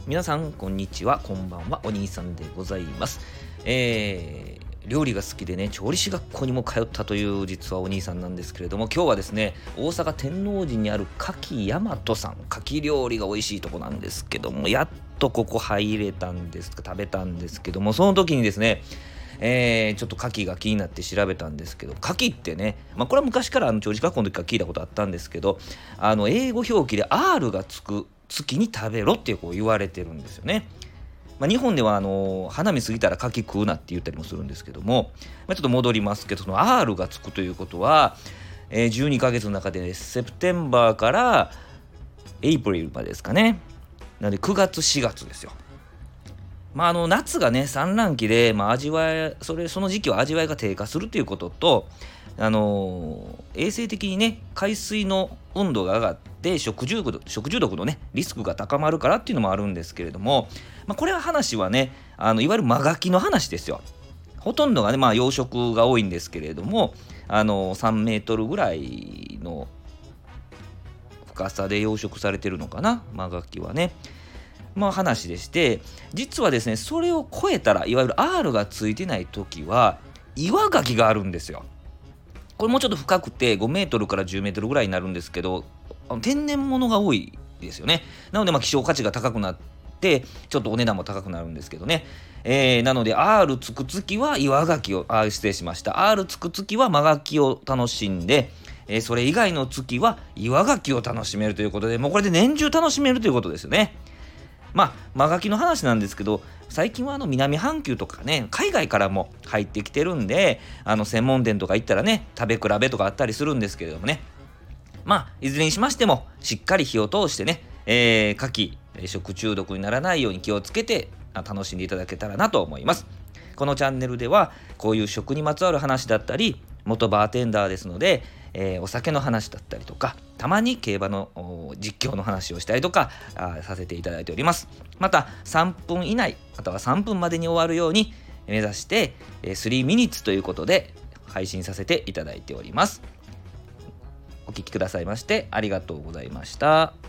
皆さんこんにちは、こんばんは、お兄さんでございます。料理が好きでね、調理師学校にも通ったという実はお兄さんなんですけれども、今日はですね、大阪天王寺にあるかき大和さん、かき料理が美味しいとこなんですけども、やっとここ入れたんですか、食べたんですけども、その時にですね、ちょっと牡蠣が気になって調べたんですけど、牡蠣ってね、これは昔から調理師学校の時から聞いたことあったんですけど、英語表記で R がつく月に食べろってこう言われてるんですよね。日本では花見過ぎたら牡蠣食うなって言ったりもするんですけども、ちょっと戻りますけど、その R がつくということは、12ヶ月の中で、セプテンバーからエイプリルまでですかね。なので9月4月ですよ。夏がね産卵期で、味わいその時期は味わいが低下するということと、衛生的にね海水の温度が上がって食中毒のねリスクが高まるからっていうのもあるんですけれども、これは話はねいわゆる間垣きの話ですよ。ほとんどがね養殖が多いんですけれども、3メートルぐらいの深さで養殖されてるのかな、間垣きはね。話でして、実はですねそれを超えたら、いわゆる R がついてない時は岩牡蠣があるんですよ。これもうちょっと深くて5メートルから10メートルぐらいになるんですけど、天然物が多いですよね。なので希少価値が高くなってちょっとお値段も高くなるんですけどね、なので R つく月は岩牡蠣を失礼しました R つく月は間牡蠣を楽しんで、それ以外の月は岩牡蠣を楽しめるということで、もうこれで年中楽しめるということですよね。間垣きの話なんですけど、最近は南半球とかね海外からも入ってきてるんで、専門店とか行ったらね食べ比べとかあったりするんですけれどもね、いずれにしましてもしっかり火を通してね、牡蠣食中毒にならないように気をつけて楽しんでいただけたらなと思います。このチャンネルではこういう食にまつわる話だったり、元バーテンダーですので、お酒の話だったりとか、たまに競馬の実況の話をしたりとかさせていただいております。また3分以内または3分までに終わるように目指して3ミニッツということで配信させていただいております。お聞きくださいましてありがとうございました。